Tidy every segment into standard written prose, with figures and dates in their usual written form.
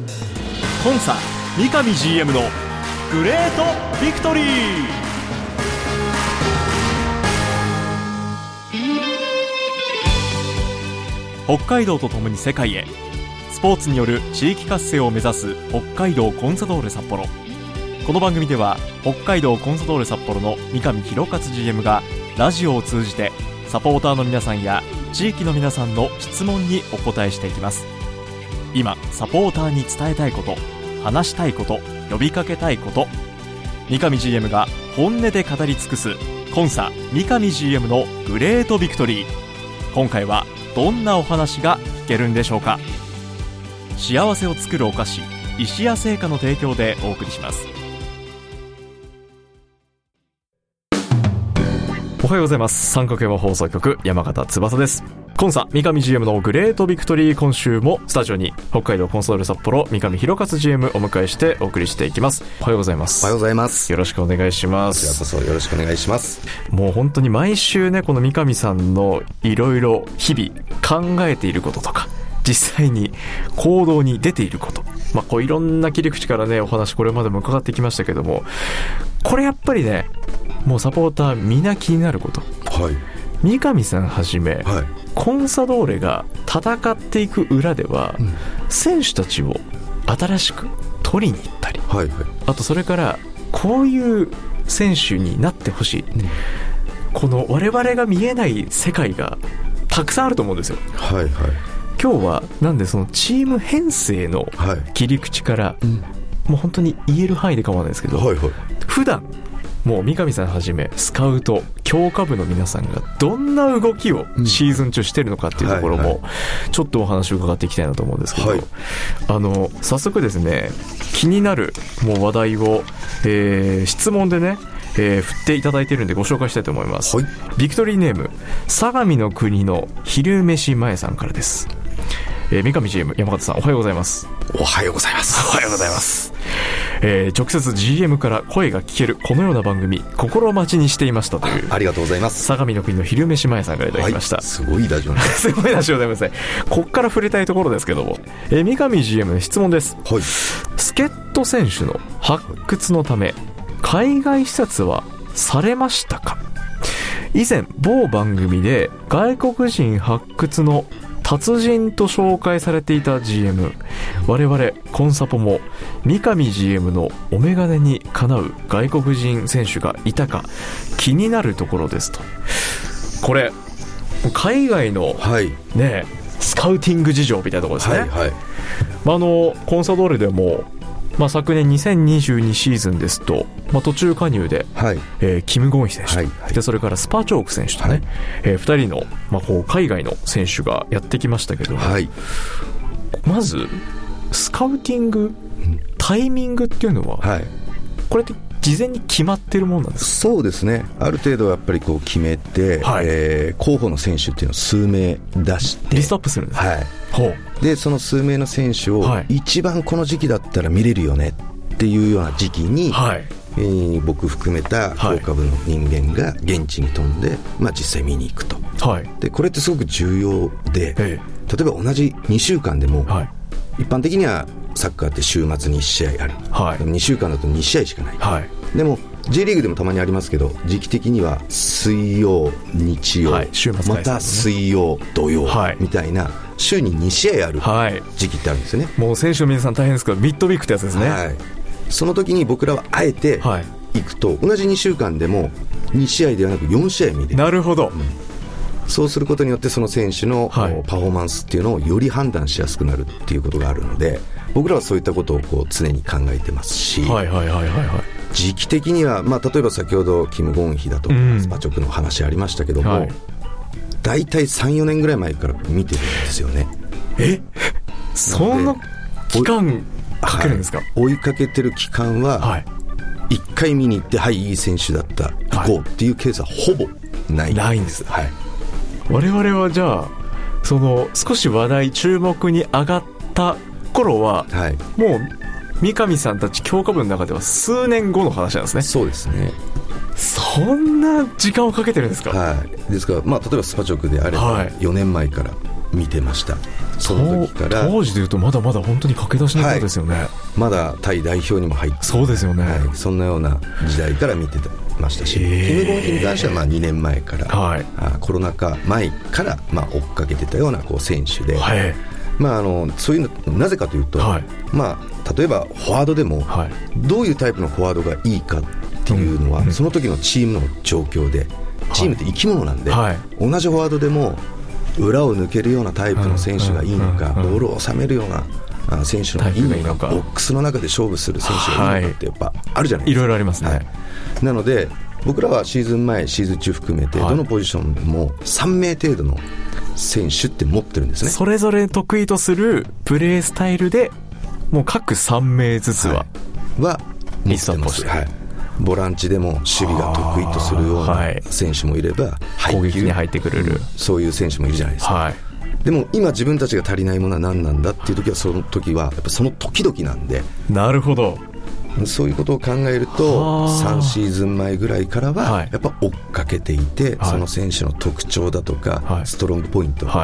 コンサ三上 GM のグレートビクトリー。北海道とともに世界へ、スポーツによる地域活性を目指す北海道コンサドーレ札幌。この番組では北海道コンサドーレ札幌の三上博勝 GM がラジオを通じてサポーターの皆さんや地域の皆さんの質問にお答えしていきます。今サポーターに伝えたいこと、話したいこと、呼びかけたいこと、三上 GM が本音で語り尽くすコンサ三上 GM のグレートビクトリー。今回はどんなお話が聞けるんでしょうか。幸せを作るお菓子、石屋製菓の提供でお送りします。おはようございます。三角山放送局山形翼です。コンサ三上 GM のグレートビクトリー、今週もスタジオに北海道コンサドーレ札幌三上博勝 GM お迎えしてお送りしていきます。おはようございます。 おはようございます。 よろしくお願いします。 こちらこそよろしくお願いします。 もう本当に毎週ね、この三上さんのいろいろ日々考えていることとか実際に行動に出ていること、こういろんな切り口からねお話これまでも伺ってきましたけども、これやっぱりね、もうサポーターみんな気になること、 はい、 三上さんはじめ、 はい、 コンサドーレが戦っていく裏では、選手たちを新しく取りに行ったり、 はいはい、 あとそれからこういう選手になってほしい、この我々が見えない世界がたくさんあると思うんですよ。 はいはい、 今日はなんでそのチーム編成の切り口から、もう本当に言える範囲で構わないですけど、 はいはい、 普段もう三上さんはじめスカウト強化部の皆さんがどんな動きをシーズン中してるのかっていうところもちょっとお話を伺っていきたいなと思うんですけど、早速ですね、気になるもう話題を、質問でね、振っていただいているんでご紹介したいと思います。はい、ビクトリーネーム相模の国の昼飯前さんからです。三上 GM 山形さん、おはようございます。 おはようございます。 おはようございます。直接 GM から声が聞けるこのような番組、心待ちにしていましたという、 ありがとうございます。 相模の国の昼飯前さんからいただきました。 はい、すごいラジオねすごいラジオでございますね。こっから触れたいところですけども、三上 GM の質問です。 はい、 助っ人選手の発掘のため海外視察はされましたか。以前某番組で外国人発掘の達人と紹介されていた GM、 我々コンサポも三上 GM のお眼鏡にかなう外国人選手がいたか気になるところですと。これ海外の、ね、スカウティング事情みたいなところですね。はいはい、コンサドーレでも昨年2022シーズンですと、途中加入で、キム・ゴンヒ選手、でそれからスパチョーク選手とね、2人の、こう海外の選手がやってきましたけども、まずスカウティング、タイミングっていうのは、これって事前に決まってるもんなんですか。 そうですね、ある程度やっぱりこう決めて、候補の選手っていうのを数名出してリストアップするんですか。 でその数名の選手を一番この時期だったら見れるよねっていうような時期に、僕含めた強化部の人間が現地に飛んで、実際見に行くと。でこれってすごく重要で、例えば同じ2週間でも、一般的にはサッカーって週末に1試合ある、でも2週間だと2試合しかない、でも J リーグでもたまにありますけど、時期的には水曜日曜、週末また水曜土曜、みたいな週に2試合ある時期ってあるんですよね。 もう選手の皆さん大変ですけど、ミッドウィークってやつですね。 その時に僕らはあえて行くと、同じ2週間でも2試合ではなく4試合見れる。 なるほど、 そうすることによってその選手のパフォーマンスっていうのをより判断しやすくなるっていうことがあるので、僕らはそういったことをこう常に考えてますし、時期的には、例えば先ほどキム・ゴンヒだとか、スパチョクの話ありましたけども、だいたい 3,4 年ぐらい前から見てるんですよね。 そんな期間かけるんですか。 追いかけてる期間は、1回見に行って、いい選手だった、行こうっていうケースはほぼないんです。我々はじゃあその少し話題注目に上がった頃は、もう三上さんたち強化部の中では数年後の話なんですね。 そうですね。 そんな時間をかけてるんですか。 ですから、例えばスパチョクであれば4年前から見てました。その時から当時でいうとまだまだ本当に駆け出しの頃ですよね、 まだタイ代表にも入って、 そうですよね、 そんなような時代から見てましたし、キム・ゴンヒに関しては2年前から、コロナ禍前から追っかけてたような選手で、そういうのなぜかというと、例えばフォワードでも、どういうタイプのフォワードがいいかっていうのは、その時のチームの状況で、チームって生き物なんで、同じフォワードでも裏を抜けるようなタイプの選手がいいのか、ボールを収めるような選手のがいいのか、ボックスの中で勝負する選手がいいのかってやっぱあるじゃないですか。 いろいろありますね、 なので僕らはシーズン前シーズン中含めてどのポジションも3名程度の選手って持ってるんですね。 それぞれ得意とするプレースタイルでもう各3名ずつは持ってます。ボランチでも守備が得意とするような選手もいれば、 攻撃に入ってくれる、 そういう選手もいるじゃないですか、でも今自分たちが足りないものは何なんだっていう時は、その時はやっぱその時々なんで。 なるほど。 そういうことを考えると3シーズン前ぐらいからはやっぱ追っかけていて、その選手の特徴だとか、ストロングポイント等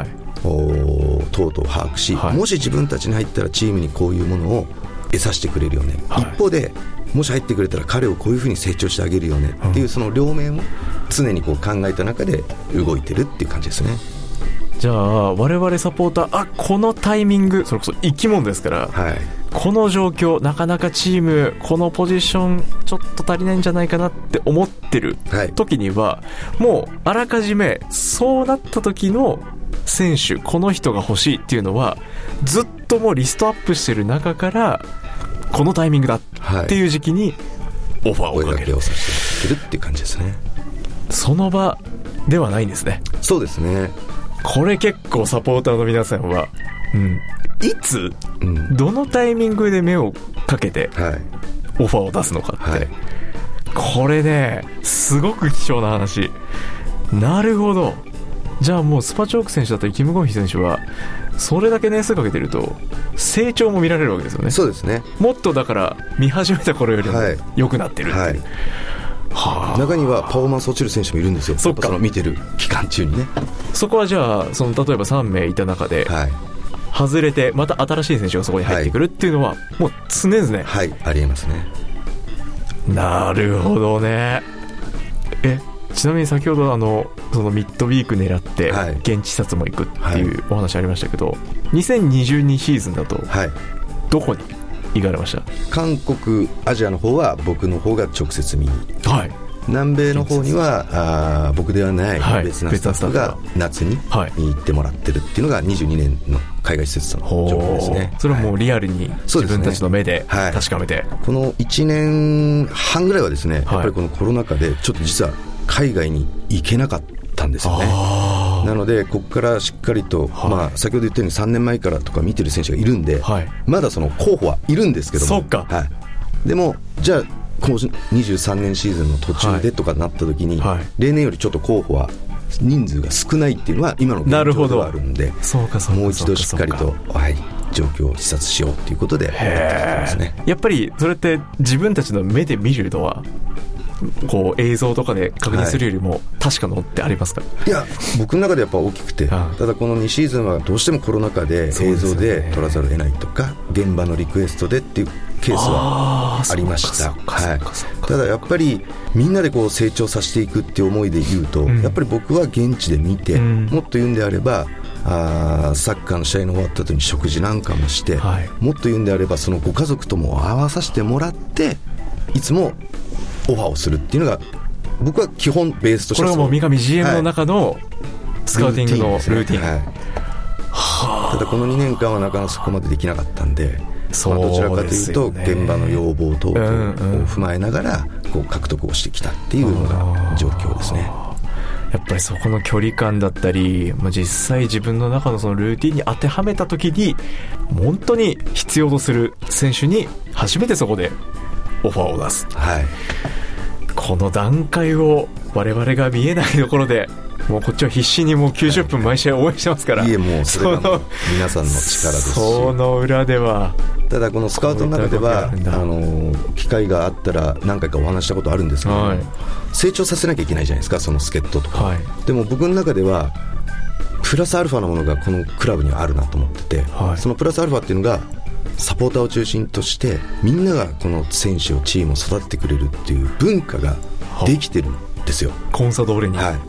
々把握し、もし自分たちに入ったらチームにこういうものを得させてくれるよね、一方でもし入ってくれたら彼をこういうふうに成長してあげるよねっていう、その両面を常に考えた中で動いてるっていう感じですね。 じゃあ我々サポーター、このタイミング、それこそ生き物ですから、この状況、なかなかチームこのポジションちょっと足りないんじゃないかなって思ってる時には、もうあらかじめそうなった時の選手、この人が欲しいっていうのはずっともうリストアップしてる中から、このタイミングだっていう時期にオファーをかける、 声掛けをさせてるっていう感じですね。 その場ではないんですね。 そうですね。 これ結構サポーターの皆さんは、いつ、どのタイミングで目をかけてオファーを出すのかって、これねすごく貴重な話。なるほど。じゃあもうスパチョーク選手だったりキム・ゴンヒ選手はそれだけ年数かけてると成長も見られるわけですよね。 そうですね。 もっとだから見始めた頃よりも良くなってるっていう、 中にはパフォーマンス落ちる選手もいるんですよ。その見てる期間中にね。 そこはじゃあ例えば3名いた中で、外れてまた新しい選手がそこに入ってくるっていうのは、もう常々 ありえますね。 なるほどね。ちなみに先ほどそのミッドウィーク狙って現地視察も行くっていうお話ありましたけど、2022シーズンだとどこに行かれました？ 韓国、アジアの方は僕の方が直接見に行って、南米の方には僕ではない別なスタッフが夏に行ってもらってるっていうのが22年の海外施設の情報ですね。 それはもうリアルに自分たちの目で確かめて、 この1年半ぐらいはですね、やっぱりこのコロナ禍でちょっと実は海外に行けなかったんですよね。なのでここからしっかりと、先ほど言ったように3年前からとか見てる選手がいるんで、まだその候補はいるんですけども、でもじゃあこの23年シーズンの途中でとかなった時に、例年よりちょっと候補は人数が少ないっていうのは今の現状ではあるんで、もう一度しっかりと状況を視察しようということでますね。 やっぱりそれって自分たちの目で見るのは映像とかで確認するよりも確かのってありますか？ いや、僕の中でやっぱ大きくて、ただこの2シーズンはどうしてもコロナ禍で映像で撮らざるを得ないとか、現場のリクエストでっていうケースはありました。ただやっぱりみんなで成長させていくっていう思いで言うと、やっぱり僕は現地で見て、もっと言うんであればサッカーの試合の終わった後に食事なんかもして、もっと言うんであればそのご家族とも会わさせてもらって、いつもオファーをするっていうのが僕は基本ベースとして、 これがもう三上 GM の中のスカウティングのルーティン、 ただこの2年間はなかなかそこまでできなかったんで、どちらかというと現場の要望等々を踏まえながら獲得をしてきたっていうのが状況ですね。 やっぱりそこの距離感だったり、実際自分の中のそのルーティンに当てはめた時に本当に必要とする選手に初めてそこでオファーを出す、この段階を我々が見えないところでもうこっちは必死にもう90分毎試合応援してますから、 もうそれが皆さんの力ですし、 その裏ではただこのスカウトの中では機会があったら何回かお話したことあるんですけど、成長させなきゃいけないじゃないですか、その助っ人とか、でも僕の中ではプラスアルファのものがこのクラブにはあるなと思ってて、はい、そのプラスアルファっていうのがサポーターを中心としてみんながこの選手をチームを育ててくれるっていう文化ができてるんですよ、 コンサドーレに、 はい、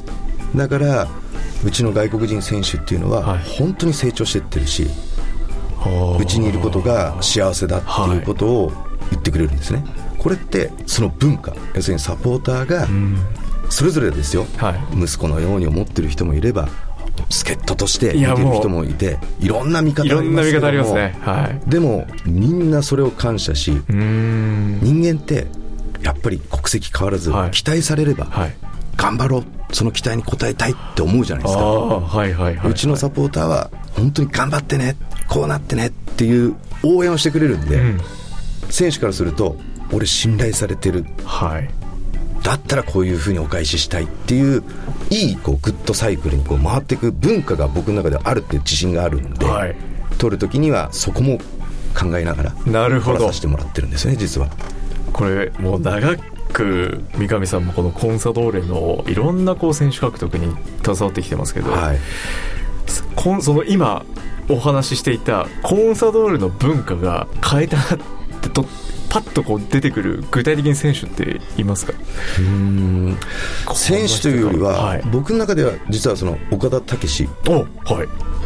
だからうちの外国人選手っていうのは本当に成長していってるし、うちにいることが幸せだっていうことを言ってくれるんですね。これってその文化、要するにサポーターがそれぞれですよ、はい、息子のように思ってる人もいれば助っ人として見てる人もいて、いろんな見方ありますけども、いろんな見方ありますね、はい、でもみんなそれを感謝し、人間ってやっぱり国籍変わらず期待されれば、はい、頑張ろう、その期待に応えたいって思うじゃないですか。はいはいはいはい、うちのサポーターは本当に頑張ってね、こうなってねっていう応援をしてくれるんで、選手からすると俺信頼されてる、はい、だったらこういう風にお返ししたいっていういいこうグッドサイクルにこう回っていく文化が僕の中であるっていう自信があるんで、はい、取るときにはそこも考えながら取らさせてもらってるんですね。実はこれもう長く三上さんもこのコンサドーレのいろんなこう選手獲得に携わってきてますけど、はい、その今お話ししていたコンサドーレの文化が変えたなってパッとこう出てくる具体的に選手っていますか？ 選手というよりは、はい、僕の中では実はその岡田武史、はい、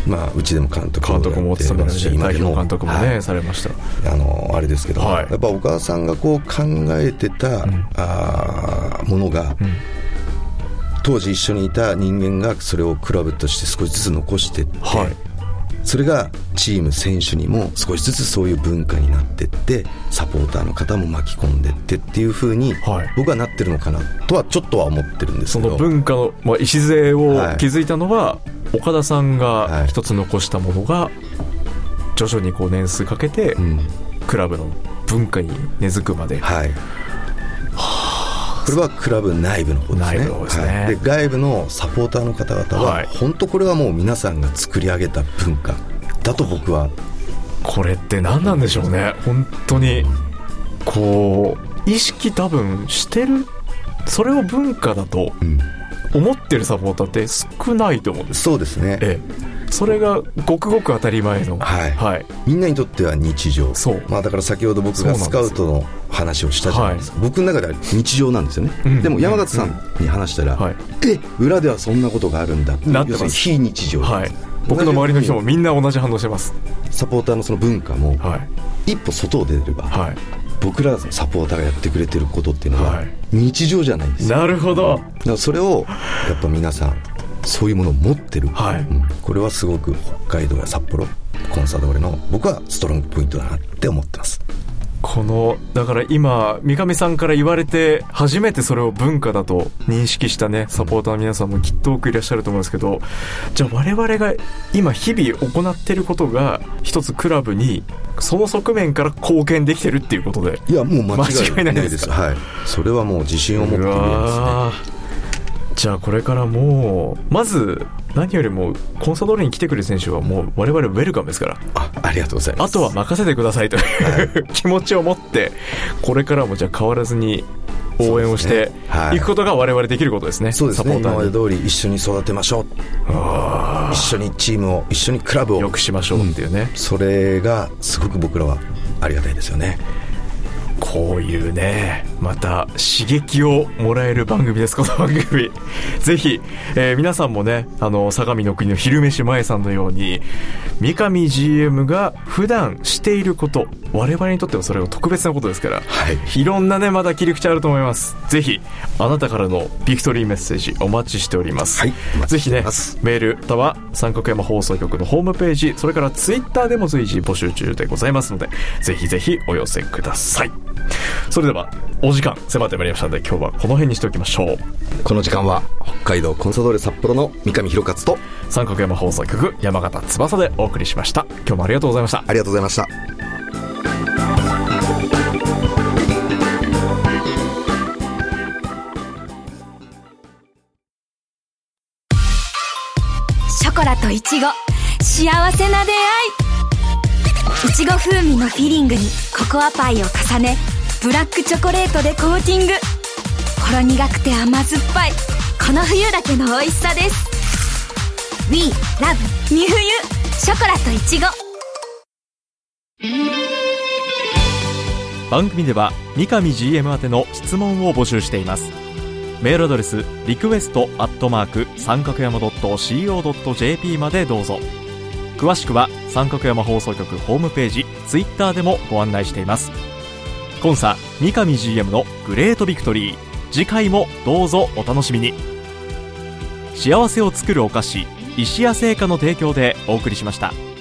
まあ、うちでも監督も務められて、代表監督もね、はい、されました。 あれですけど、はい、やっぱ岡田さんがこう考えてた、ものが、当時一緒にいた人間がそれをクラブとして少しずつ残していって、はい、それがチーム選手にも少しずつそういう文化になっていって、サポーターの方も巻き込んでいってっていう風に僕はなってるのかなとはちょっとは思ってるんですけど、 その文化の、礎を築いたのは、岡田さんが一つ残したものが徐々にこう年数かけてクラブの文化に根付くまで、はい、 これはクラブ内部の方ですね。はい、で外部のサポーターの方々は、はい、本当これはもう皆さんが作り上げた文化だと僕は。 これって何なんでしょうね。本当にこう意識多分してる、それを文化だと思ってるサポーターって少ないと思うんです。 そうですね、 それがごくごく当たり前の、はいはい、 みんなにとっては日常。そう、だから先ほど僕がスカウトの話をしたじゃないですか。僕の中では日常なんですよね、でも山形さんに話したら、裏ではそんなことがあるんだってなってます。非日常、はい、 僕の周りの人もみんな同じ反応してます。 サポーターのその文化も、一歩外を出れば、僕らサポーターがやってくれてることっていうのは日常じゃないんですよ。 なるほど。 だからそれをやっぱ皆さんそういうものを持ってる、これはすごく北海道や札幌コンサドーレの僕はストロングポイントだなって思ってます。 だから今三上さんから言われて初めてそれを文化だと認識したね、サポーターの皆さんもきっと多くいらっしゃると思うんですけど、じゃあ我々が今日々行っていることが一つクラブにその側面から貢献できてるっていうことで、 いやもう間違いないですか。はい、それはもう自信を持って言えますね。 じゃあこれからもうまず何よりもコンサドーレに来てくれる選手はもう我々ウェルカムですから、 ありがとうございます。 あとは任せてくださいという、気持ちを持ってこれからもじゃあ変わらずに応援をしていくことが我々できることですね。 そうですね、今まで通り一緒に育てましょう、一緒にチームを、一緒にクラブを良くしましょうっていうね、 それがすごく僕らはありがたいですよね。 こういうね、また刺激をもらえる番組です、この番組。ぜひ、皆さんもね、相模の国の昼飯前さんのように、三上 GM が普段していること、我々にとってはそれは特別なことですから、いろんなね、まだ切り口あると思います。ぜひ、あなたからのビクトリーメッセージお待ちしております。ぜひね、メールまたは三角山放送局のホームページ、それからツイッターでも随時募集中でございますので、ぜひぜひお寄せください。それではお時間迫ってまいりましたので、今日はこの辺にしておきましょう。 この時間は北海道コンサドーレ札幌の三上博勝と三角山放送局山形翼でお送りしました。今日もありがとうございました。 ありがとうございました。 ショコラとイチゴ、幸せな出会い。いちご風味のフィリングにココアパイを重ね、ブラックチョコレートでコーティング。ほろ苦くて甘酸っぱい、この冬だけの美味しさです。 We love 三冬ショコラといちご。 番組では三上 GM 宛ての質問を募集しています。メールアドレスrequest@三角山 .co.jp までどうぞ。詳しくは三角山放送局ホームページ、ツイッターでもご案内しています。今作三上 GM のグレートビクトリー、次回もどうぞお楽しみに。幸せを作るお菓子、石屋製菓の提供でお送りしました。